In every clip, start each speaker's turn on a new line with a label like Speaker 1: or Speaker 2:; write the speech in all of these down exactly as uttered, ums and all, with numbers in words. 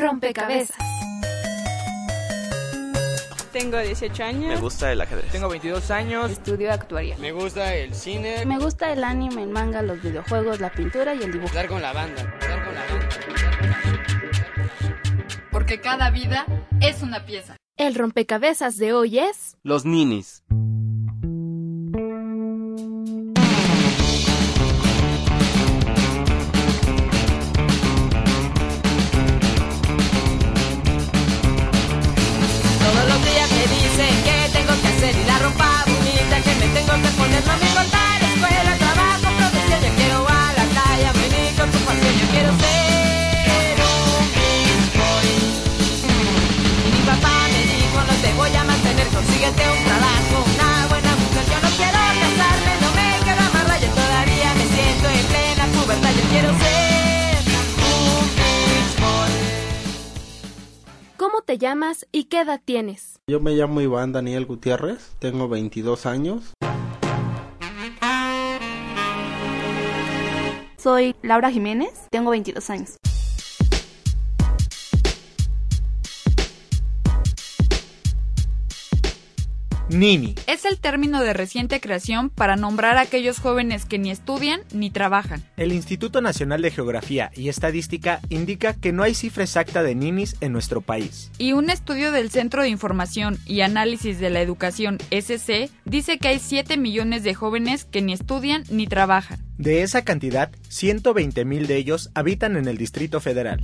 Speaker 1: Rompecabezas.
Speaker 2: Tengo dieciocho años.
Speaker 3: Me gusta el ajedrez.
Speaker 4: Tengo veintidós años.
Speaker 5: Estudio actuaría.
Speaker 6: Me gusta el cine.
Speaker 7: Me gusta el anime, el manga, los videojuegos, la pintura y el dibujo.
Speaker 6: Jugar con la banda. Jugar con la banda.
Speaker 1: Porque cada vida es una pieza.
Speaker 5: El rompecabezas de hoy es...
Speaker 3: Los ninis.
Speaker 8: Todos los días me dicen que tengo que hacer y la ropa bonita que me tengo que poner. No me importa la escuela, trabajo, profesión. Yo quiero a la playa, venir con tu pasión. Yo quiero ser un big boy. Y mi papá me dijo, no te voy a mantener, consíguete un trabajo, una buena mujer. Yo no quiero casarme, no me quiero amarrar. Yo todavía me siento en plena pubertad. Yo quiero ser un big boy.
Speaker 5: ¿Cómo te llamas y qué edad tienes?
Speaker 9: Yo me llamo Iván Daniel Gutiérrez, tengo veintidós años.
Speaker 7: Soy Laura Jiménez, tengo veintidós años.
Speaker 10: Nini.
Speaker 11: Es el término de reciente creación para nombrar a aquellos jóvenes que ni estudian ni trabajan.
Speaker 10: El Instituto Nacional de Geografía y Estadística indica que no hay cifra exacta de ninis en nuestro país.
Speaker 11: Y un estudio del Centro de Información y Análisis de la Educación, S C, dice que hay siete millones de jóvenes que ni estudian ni trabajan.
Speaker 10: De esa cantidad, ciento veinte mil de ellos habitan en el Distrito Federal.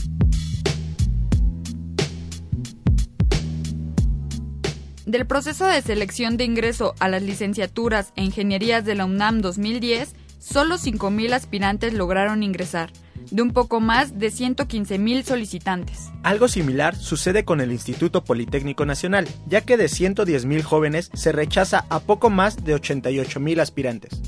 Speaker 11: Del proceso de selección de ingreso a las licenciaturas e ingenierías de la UNAM dos mil diez, solo cinco mil aspirantes lograron ingresar, de un poco más de ciento quince mil solicitantes.
Speaker 10: Algo similar sucede con el Instituto Politécnico Nacional, ya que de ciento diez mil jóvenes se rechaza a poco más de ochenta y ocho mil aspirantes.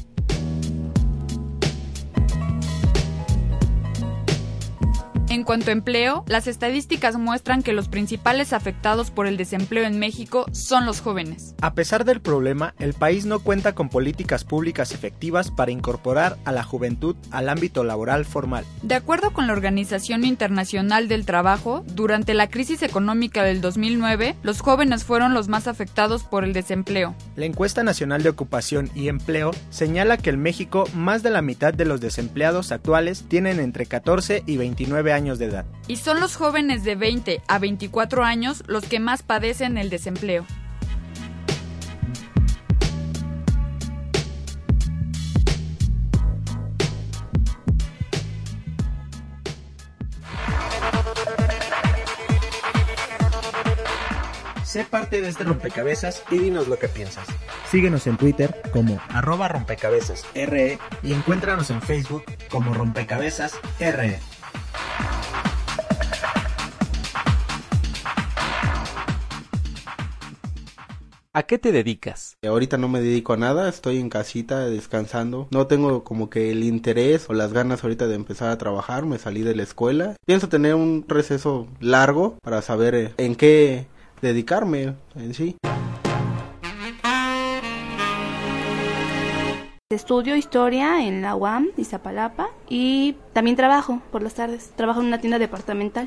Speaker 11: En cuanto a empleo, las estadísticas muestran que los principales afectados por el desempleo en México son los jóvenes.
Speaker 10: A pesar del problema, el país no cuenta con políticas públicas efectivas para incorporar a la juventud al ámbito laboral formal.
Speaker 11: De acuerdo con la Organización Internacional del Trabajo, durante la crisis económica del dos mil nueve, los jóvenes fueron los más afectados por el desempleo.
Speaker 10: La Encuesta Nacional de Ocupación y Empleo señala que en México más de la mitad de los desempleados actuales tienen entre catorce y veintinueve años de edad.
Speaker 11: Y son los jóvenes de veinte a veinticuatro años los que más padecen el desempleo.
Speaker 10: Sé parte de este rompecabezas y dinos lo que piensas. Síguenos en Twitter como arroba rompecabezas re y encuéntranos en Facebook como rompecabezas re.
Speaker 3: ¿A qué te dedicas?
Speaker 9: Ahorita no me dedico a nada, estoy en casita descansando. No tengo como que el interés o las ganas ahorita de empezar a trabajar, me salí de la escuela. Pienso tener un receso largo para saber en qué dedicarme en sí.
Speaker 7: Estudio historia en la U A M, Iztapalapa, y también trabajo por las tardes. Trabajo en una tienda departamental.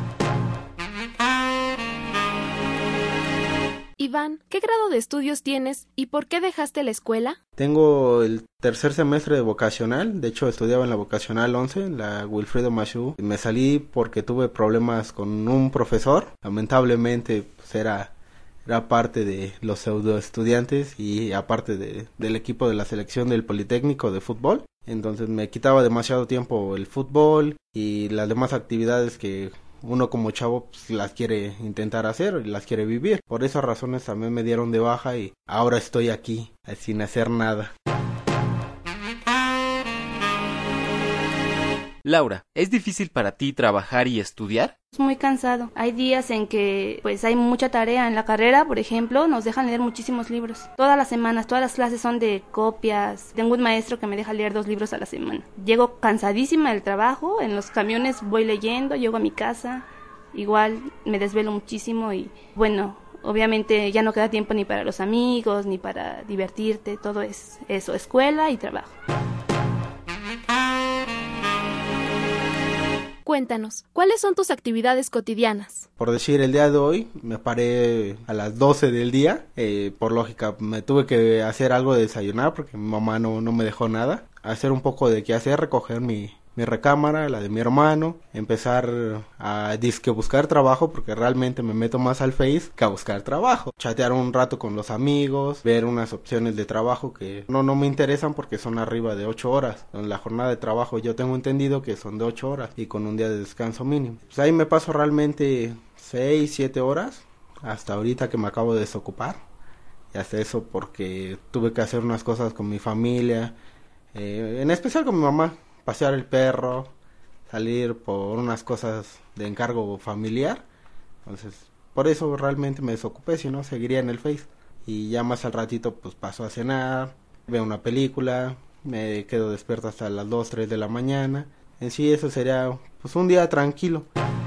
Speaker 5: Iván, ¿qué grado de estudios tienes y por qué dejaste la escuela?
Speaker 9: Tengo el tercer semestre de vocacional, de hecho estudiaba en la vocacional once, en la Wilfredo Machu. Me salí porque tuve problemas con un profesor, lamentablemente pues era, era parte de los pseudo estudiantes y aparte de, del equipo de la selección del Politécnico de fútbol. Entonces me quitaba demasiado tiempo el fútbol y las demás actividades que uno como chavo pues, las quiere intentar hacer y las quiere vivir. Por esas razones también me dieron de baja y ahora estoy aquí, sin hacer nada.
Speaker 3: Laura, ¿es difícil para ti trabajar y estudiar?
Speaker 7: Es muy cansado. Hay días en que pues hay mucha tarea en la carrera, por ejemplo, nos dejan leer muchísimos libros. Todas las semanas, todas las clases son de copias. Tengo un maestro que me deja leer dos libros a la semana. Llego cansadísima del trabajo, en los camiones voy leyendo, llego a mi casa, igual me desvelo muchísimo y bueno, obviamente ya no queda tiempo ni para los amigos, ni para divertirte, todo es eso, escuela y trabajo.
Speaker 5: Cuéntanos, ¿cuáles son tus actividades cotidianas?
Speaker 9: Por decir, el día de hoy me paré a las doce del día. Eh, por lógica, me tuve que hacer algo de desayunar porque mi mamá no, no me dejó nada. Hacer un poco de qué hacer, recoger mi, mi recámara, la de mi hermano. Empezar a disque buscar trabajo porque realmente me meto más al Face que a buscar trabajo. Chatear un rato con los amigos, ver unas opciones de trabajo que no, no me interesan porque son arriba de ocho horas. En la jornada de trabajo yo tengo entendido que son de ocho horas y con un día de descanso mínimo. Pues ahí me paso realmente seis, siete horas hasta ahorita que me acabo de desocupar. Y hasta eso porque tuve que hacer unas cosas con mi familia, eh, en especial con mi mamá. Pasear el perro, salir por unas cosas de encargo familiar. Entonces, por eso realmente me desocupé, si no seguiría en el Face. Y ya más al ratito pues paso a cenar, veo una película, me quedo despierto hasta las dos, tres de la mañana. En sí eso sería pues un día tranquilo.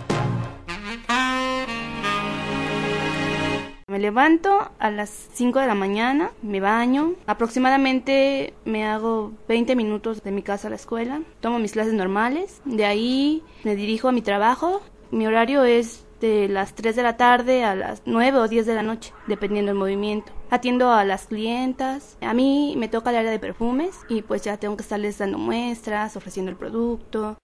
Speaker 7: Me levanto a las cinco de la mañana, me baño, aproximadamente me hago veinte minutos de mi casa a la escuela, tomo mis clases normales, de ahí me dirijo a mi trabajo. Mi horario es de las tres de la tarde a las nueve o diez de la noche, dependiendo del movimiento. Atiendo a las clientas, a mí me toca el área de perfumes y pues ya tengo que estarles dando muestras, ofreciendo el producto.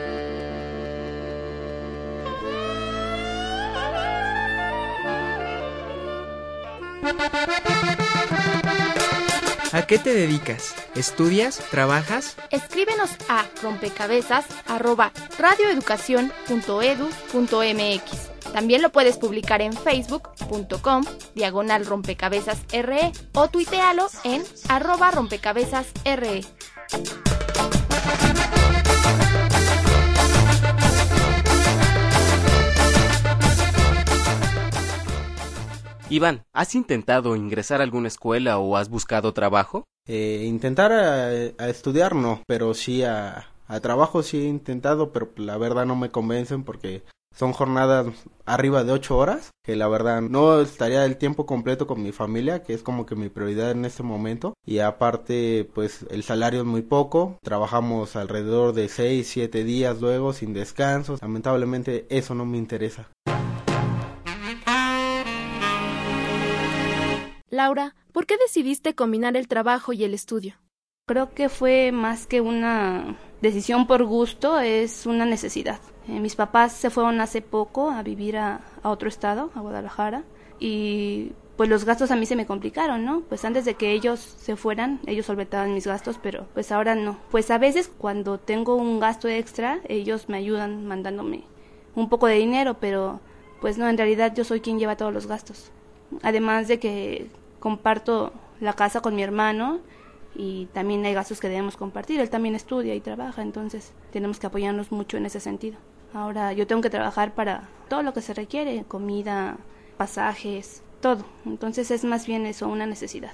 Speaker 4: ¿A qué te dedicas? ¿Estudias? ¿Trabajas?
Speaker 5: Escríbenos a rompecabezas arroba radioeducación punto edu punto mx. También lo puedes publicar en facebook punto com diagonal rompecabezas re o tuitealo en arroba rompecabezas re.
Speaker 3: Iván, ¿has intentado ingresar a alguna escuela o has buscado trabajo?
Speaker 9: Eh, intentar a, a estudiar no, pero sí a, a trabajo sí he intentado, pero la verdad no me convencen porque son jornadas arriba de ocho horas, que la verdad no estaría el tiempo completo con mi familia, que es como que mi prioridad en este momento. Y aparte, pues el salario es muy poco, trabajamos alrededor de seis, siete días luego sin descansos. Lamentablemente eso no me interesa.
Speaker 5: Laura, ¿por qué decidiste combinar el trabajo y el estudio?
Speaker 7: Creo que fue más que una decisión por gusto, es una necesidad. Eh, mis papás se fueron hace poco a vivir a, a otro estado, a Guadalajara, y pues los gastos a mí se me complicaron, ¿no? Pues antes de que ellos se fueran, ellos solventaban mis gastos, pero pues ahora no. Pues a veces cuando tengo un gasto extra, ellos me ayudan mandándome un poco de dinero, pero pues no, en realidad yo soy quien lleva todos los gastos. Además de que comparto la casa con mi hermano y también hay gastos que debemos compartir. Él también estudia y trabaja, entonces tenemos que apoyarnos mucho en ese sentido. Ahora yo tengo que trabajar para todo lo que se requiere, comida, pasajes, todo. Entonces es más bien eso, una necesidad.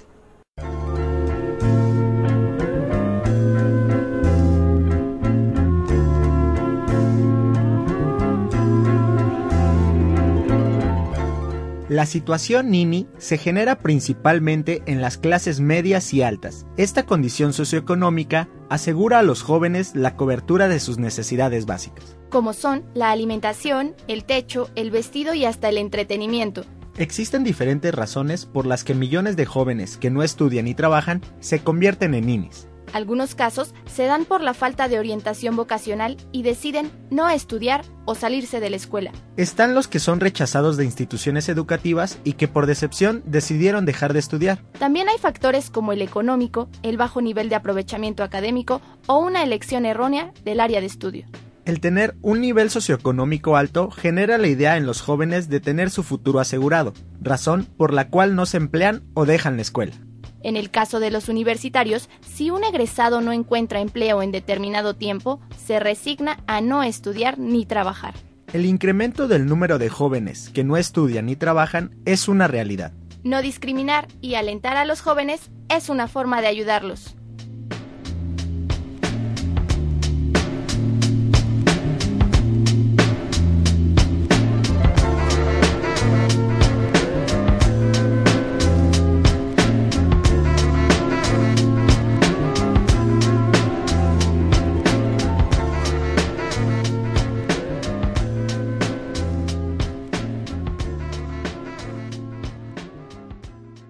Speaker 10: La situación Nini se genera principalmente en las clases medias y altas. Esta condición socioeconómica asegura a los jóvenes la cobertura de sus necesidades básicas,
Speaker 5: como son la alimentación, el techo, el vestido y hasta el entretenimiento.
Speaker 10: Existen diferentes razones por las que millones de jóvenes que no estudian y trabajan se convierten en ninis.
Speaker 5: Algunos casos se dan por la falta de orientación vocacional y deciden no estudiar o salirse de la escuela.
Speaker 10: Están los que son rechazados de instituciones educativas y que por decepción decidieron dejar de estudiar.
Speaker 5: También hay factores como el económico, el bajo nivel de aprovechamiento académico o una elección errónea del área de estudio.
Speaker 10: El tener un nivel socioeconómico alto genera la idea en los jóvenes de tener su futuro asegurado, razón por la cual no se emplean o dejan la escuela.
Speaker 5: En el caso de los universitarios, si un egresado no encuentra empleo en determinado tiempo, se resigna a no estudiar ni trabajar.
Speaker 10: El incremento del número de jóvenes que no estudian ni trabajan es una realidad.
Speaker 5: No discriminar y alentar a los jóvenes es una forma de ayudarlos.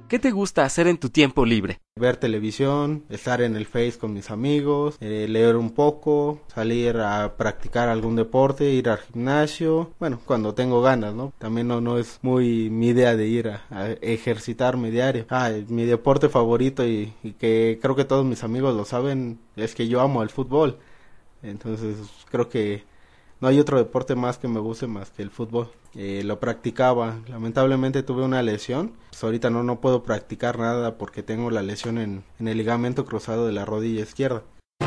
Speaker 3: ¿qué te gusta hacer en tu tiempo libre?
Speaker 9: Ver televisión, estar en el Face con mis amigos, eh, leer un poco, salir a practicar algún deporte, ir al gimnasio, bueno, cuando tengo ganas, ¿no? También no, no es muy mi idea de ir a, a ejercitarme diario. Ah, mi deporte favorito y, y que creo que todos mis amigos lo saben, es que yo amo el fútbol. Entonces creo que no hay otro deporte más que me guste más que el fútbol. Eh, lo practicaba, lamentablemente tuve una lesión, pues ahorita no, no puedo practicar nada porque tengo la lesión en, en el ligamento cruzado de la rodilla izquierda.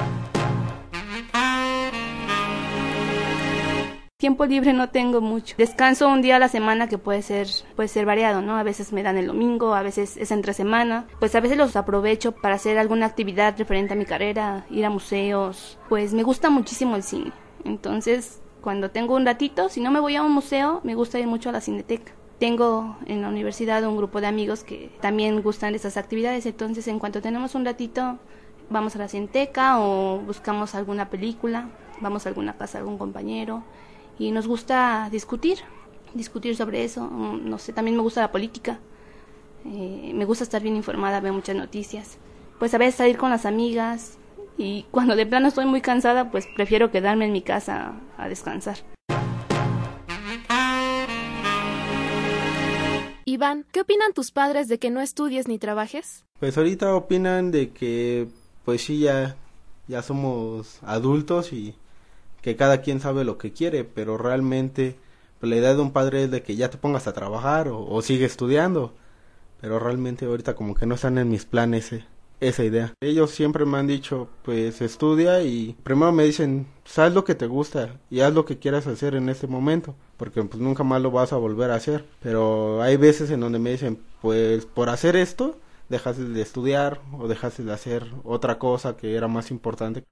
Speaker 7: Tiempo libre no tengo mucho. Descanso un día a la semana que puede ser puede ser variado, ¿no? A veces me dan el domingo, a veces es entre semana. Pues a veces los aprovecho para hacer alguna actividad referente a mi carrera, ir a museos. Pues me gusta muchísimo el cine. Entonces, cuando tengo un ratito, si no me voy a un museo, me gusta ir mucho a la cineteca. Tengo en la universidad un grupo de amigos que también gustan de esas actividades. Entonces, en cuanto tenemos un ratito, vamos a la cineteca o buscamos alguna película, vamos a alguna casa de algún compañero. Y nos gusta discutir, discutir sobre eso, no sé, también me gusta la política, eh, me gusta estar bien informada, ver muchas noticias, pues a veces salir con las amigas y cuando de plano estoy muy cansada, pues prefiero quedarme en mi casa a descansar.
Speaker 5: Iván, ¿qué opinan tus padres de que no estudies ni trabajes?
Speaker 9: Pues ahorita opinan de que pues sí ya, ya somos adultos y que cada quien sabe lo que quiere, pero realmente pues, la idea de un padre es de que ya te pongas a trabajar o, o sigue estudiando, pero realmente ahorita como que no están en mis planes eh, esa idea. Ellos siempre me han dicho, pues estudia y primero me dicen, haz lo que te gusta y haz lo que quieras hacer en este momento, porque pues nunca más lo vas a volver a hacer, pero hay veces en donde me dicen, pues por hacer esto, dejaste de estudiar o dejaste de hacer otra cosa que era más importante.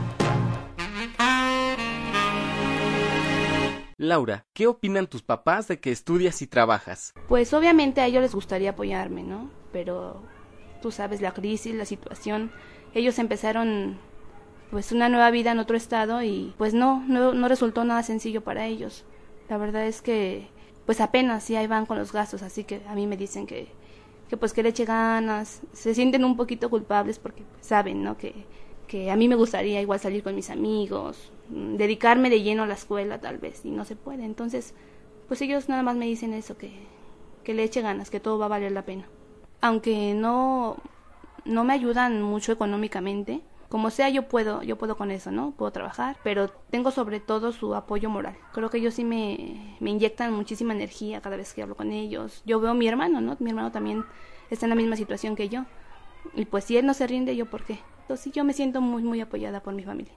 Speaker 3: Laura, ¿qué opinan tus papás de que estudias y trabajas?
Speaker 7: Pues obviamente a ellos les gustaría apoyarme, ¿no? Pero tú sabes, la crisis, la situación, ellos empezaron pues una nueva vida en otro estado y pues no, no, no resultó nada sencillo para ellos. La verdad es que pues apenas sí ahí van con los gastos, así que a mí me dicen que, que pues que le eche ganas, se sienten un poquito culpables porque saben, ¿no? Que, que a mí me gustaría igual salir con mis amigos, dedicarme de lleno a la escuela tal vez, y no se puede. Entonces, pues ellos nada más me dicen eso, que, que le eche ganas, que todo va a valer la pena. Aunque no, no me ayudan mucho económicamente, como sea yo puedo, yo puedo con eso, ¿no? Puedo trabajar, pero tengo sobre todo su apoyo moral. Creo que ellos sí me, me inyectan muchísima energía cada vez que hablo con ellos. Yo veo a mi hermano, ¿no? Mi hermano también está en la misma situación que yo. Y pues si él no se rinde, ¿yo por qué? Entonces yo me siento muy, muy apoyada por mi familia.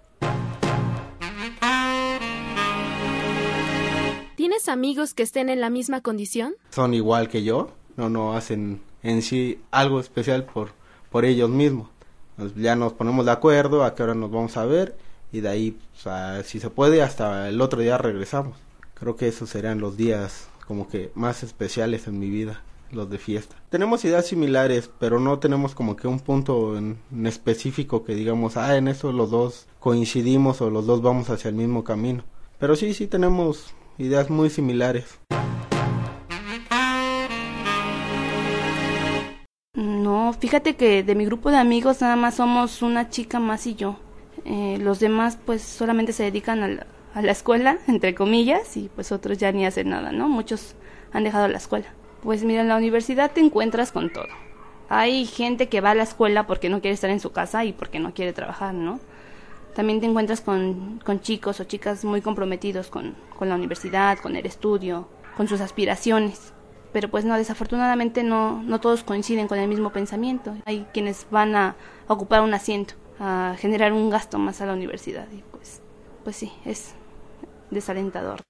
Speaker 5: ¿Tienes amigos que estén en la misma condición?
Speaker 9: Son igual que yo, no, no hacen en sí algo especial por, por ellos mismos. Nos, ya nos ponemos de acuerdo a qué hora nos vamos a ver y de ahí, o sea, si se puede, hasta el otro día regresamos. Creo que esos serían los días como que más especiales en mi vida, los de fiesta. Tenemos ideas similares, pero no tenemos como que un punto en, en específico que digamos, ah, en eso los dos coincidimos o los dos vamos hacia el mismo camino. Pero sí, sí tenemos ideas muy similares.
Speaker 7: No, fíjate que de mi grupo de amigos nada más somos una chica más y yo. Eh, los demás pues solamente se dedican a la, a la escuela, entre comillas, y pues otros ya ni hacen nada, ¿no? Muchos han dejado la escuela. Pues mira, en la universidad te encuentras con todo. Hay gente que va a la escuela porque no quiere estar en su casa y porque no quiere trabajar, ¿no? También te encuentras con, con chicos o chicas muy comprometidos con, con la universidad, con el estudio, con sus aspiraciones. Pero pues no, desafortunadamente no, no todos coinciden con el mismo pensamiento. Hay quienes van a ocupar un asiento, a generar un gasto más a la universidad y pues, pues sí, es desalentador.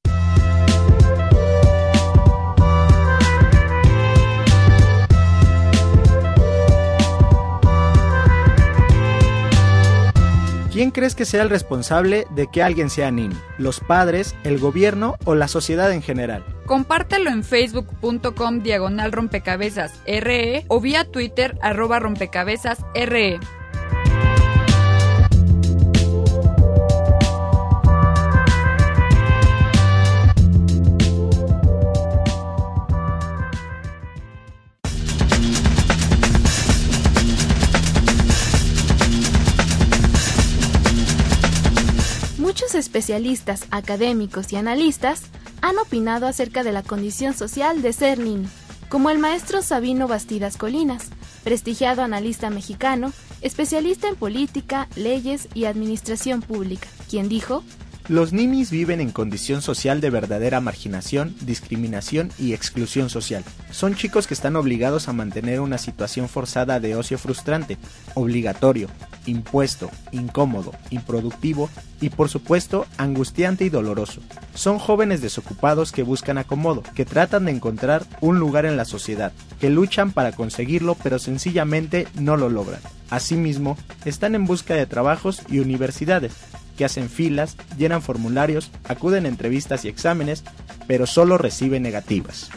Speaker 10: ¿Quién crees que sea el responsable de que alguien sea niño? ¿Los padres, el gobierno o la sociedad en general?
Speaker 11: Compártelo en facebook.com diagonal rompecabezas RE o vía Twitter arroba rompecabezas RE.
Speaker 12: especialistas, académicos y analistas han opinado acerca de la condición social de ser niño, como el maestro Sabino Bastidas Colinas, prestigiado analista mexicano, especialista en política, leyes y administración pública, quien dijo:
Speaker 10: los ninis viven en condición social de verdadera marginación, discriminación y exclusión social. Son chicos que están obligados a mantener una situación forzada de ocio frustrante, obligatorio, impuesto, incómodo, improductivo y por supuesto angustiante y doloroso. Son jóvenes desocupados que buscan acomodo, que tratan de encontrar un lugar en la sociedad, que luchan para conseguirlo pero sencillamente no lo logran. Asimismo, están en busca de trabajos y universidades, que hacen filas, llenan formularios, acuden a entrevistas y exámenes, pero solo reciben negativas.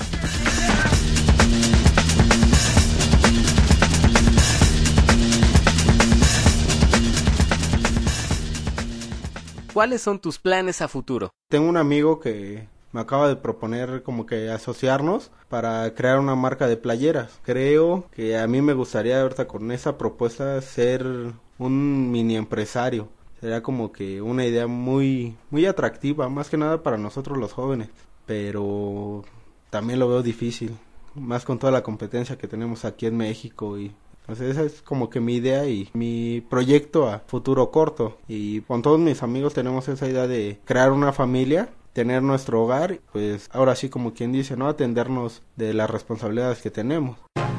Speaker 3: ¿Cuáles son tus planes a futuro?
Speaker 9: Tengo un amigo que me acaba de proponer como que asociarnos para crear una marca de playeras. Creo que a mí me gustaría ahorita con esa propuesta ser un mini empresario. Sería como que una idea muy muy atractiva, más que nada para nosotros los jóvenes, pero también lo veo difícil, más con toda la competencia que tenemos aquí en México. Y entonces esa es como que mi idea y mi proyecto a futuro corto, y con todos mis amigos tenemos esa idea de crear una familia, tener nuestro hogar, pues ahora sí, como quien dice, ¿no?, atendernos de las responsabilidades que tenemos.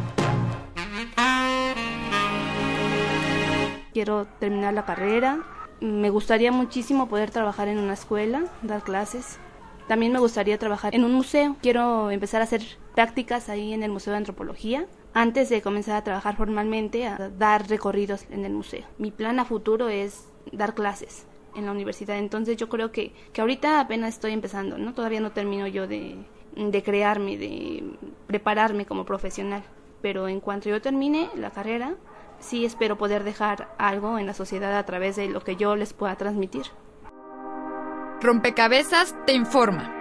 Speaker 7: Quiero terminar la carrera. Me gustaría muchísimo poder trabajar en una escuela, dar clases. También me gustaría trabajar en un museo. Quiero empezar a hacer prácticas ahí en el Museo de Antropología antes de comenzar a trabajar formalmente, a dar recorridos en el museo. Mi plan a futuro es dar clases en la universidad. Entonces yo creo que, que ahorita apenas estoy empezando, ¿no? Todavía no termino yo de, de crearme, de prepararme como profesional. Pero en cuanto yo termine la carrera, sí espero poder dejar algo en la sociedad a través de lo que yo les pueda transmitir.
Speaker 11: Rompecabezas te informa.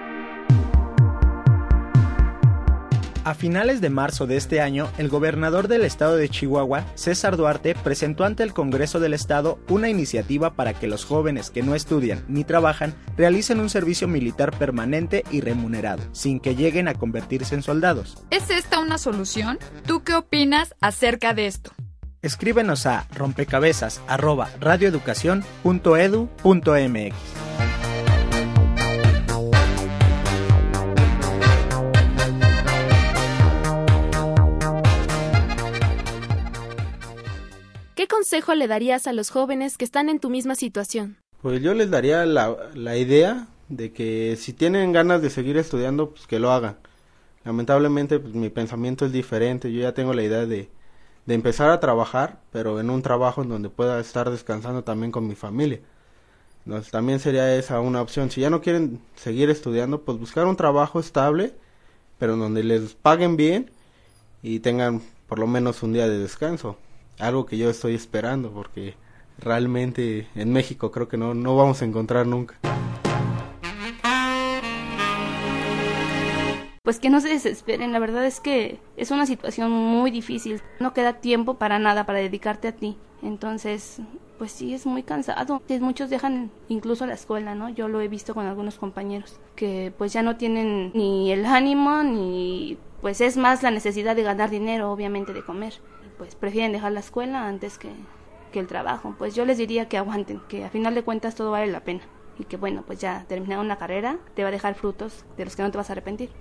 Speaker 10: A finales de marzo de este año, el gobernador del estado de Chihuahua, César Duarte, presentó ante el Congreso del Estado una iniciativa para que los jóvenes que no estudian ni trabajan realicen un servicio militar permanente y remunerado, sin que lleguen a convertirse en soldados.
Speaker 11: ¿Es esta una solución? ¿Tú qué opinas acerca de esto?
Speaker 10: Escríbenos a rompecabezas arroba radioeducación punto edu punto mx.
Speaker 12: ¿Qué consejo le darías a los jóvenes que están en tu misma situación?
Speaker 9: Pues yo les daría la, la idea de que si tienen ganas de seguir estudiando, pues que lo hagan. Lamentablemente, pues mi pensamiento es diferente. Yo ya tengo la idea de de empezar a trabajar, pero en un trabajo en donde pueda estar descansando también con mi familia. Entonces también sería esa una opción. Si ya no quieren seguir estudiando, pues buscar un trabajo estable, pero donde les paguen bien y tengan por lo menos un día de descanso. Algo que yo estoy esperando, porque realmente en México creo que no, no vamos a encontrar nunca.
Speaker 7: Pues que no se desesperen, la verdad es que es una situación muy difícil, no queda tiempo para nada para dedicarte a ti, entonces pues sí es muy cansado, muchos dejan incluso la escuela, ¿no? Yo lo he visto con algunos compañeros que pues ya no tienen ni el ánimo ni pues es más la necesidad de ganar dinero, obviamente de comer, pues prefieren dejar la escuela antes que, que el trabajo. Pues yo les diría que aguanten, que a final de cuentas todo vale la pena y que bueno, pues ya terminar una carrera te va a dejar frutos de los que no te vas a arrepentir.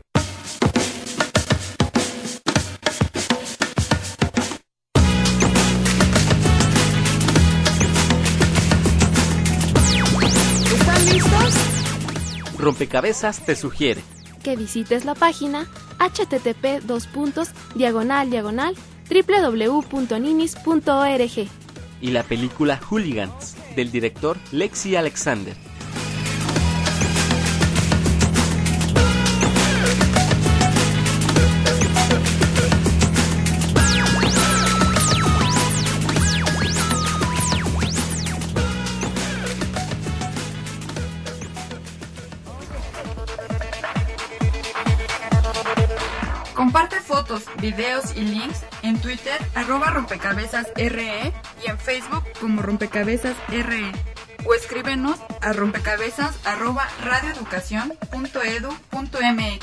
Speaker 3: Rompecabezas te sugiere
Speaker 12: que visites la página http dos puntos diagonal diagonal www punto ninis punto org
Speaker 3: y la película Hooligans del director Lexi Alexander.
Speaker 11: Comparte fotos, videos y links en Twitter, arroba rompecabezas R E y en Facebook como rompecabezas R E. o escríbenos a rompecabezas arroba radioeducación punto edu punto mx.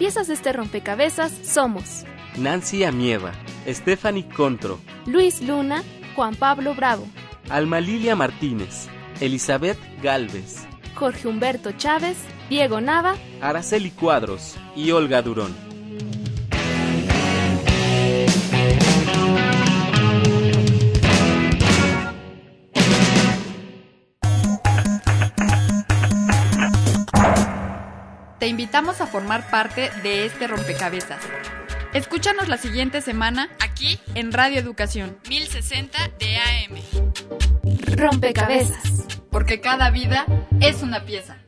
Speaker 12: piezas de este rompecabezas somos
Speaker 3: Nancy Amieva, Stephanie Contro,
Speaker 12: Luis Luna, Juan Pablo Bravo,
Speaker 3: Alma Lilia Martínez, Elizabeth Galvez,
Speaker 12: Jorge Humberto Chávez, Diego Nava,
Speaker 3: Araceli Cuadros y Olga Durón.
Speaker 11: Te invitamos a formar parte de este rompecabezas. Escúchanos la siguiente semana aquí en Radio Educación mil sesenta de A M.
Speaker 12: Rompecabezas.
Speaker 1: Porque cada vida es una pieza.